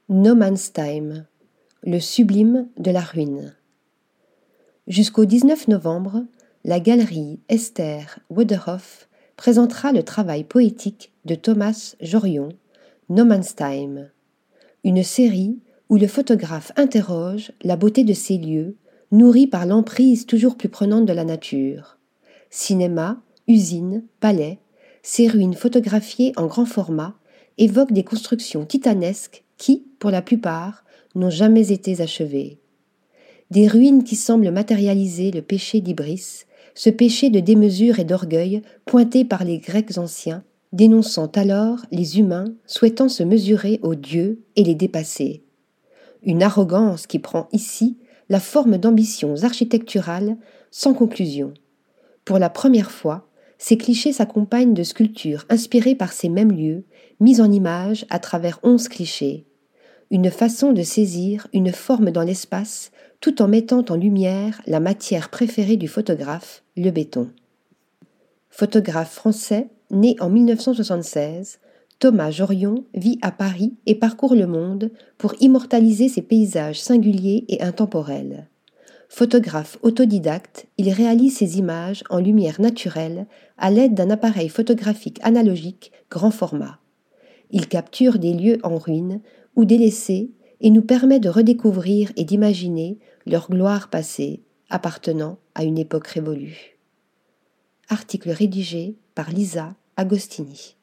No Man's Time, le sublime de la ruine. Jusqu'au 19 novembre, la galerie Esther Woederhoff présentera le travail poétique de Thomas Jorion, No Man's Time, une série où le photographe interroge la beauté de ces lieux, nourris par l'emprise toujours plus prenante de la nature. Cinéma, usines, palais, ces ruines photographiées en grand format évoquent des constructions titanesques qui, pour la plupart, n'ont jamais été achevées. Des ruines qui semblent matérialiser le péché d'Ibris, ce péché de démesure et d'orgueil pointé par les Grecs anciens, dénonçant alors les humains souhaitant se mesurer aux dieux et les dépasser. Une arrogance qui prend ici la forme d'ambitions architecturales sans conclusion. Pour la première fois, ces clichés s'accompagnent de sculptures inspirées par ces mêmes lieux, mises en image à travers 11 clichés. Une façon de saisir une forme dans l'espace tout en mettant en lumière la matière préférée du photographe, le béton. Photographe français, né en 1976, Thomas Jorion vit à Paris et parcourt le monde pour immortaliser ses paysages singuliers et intemporels. Photographe autodidacte, il réalise ses images en lumière naturelle à l'aide d'un appareil photographique analogique grand format. Il capture des lieux en ruine ou délaissés et nous permet de redécouvrir et d'imaginer leur gloire passée, appartenant à une époque révolue. Article rédigé par Lisa Agostini.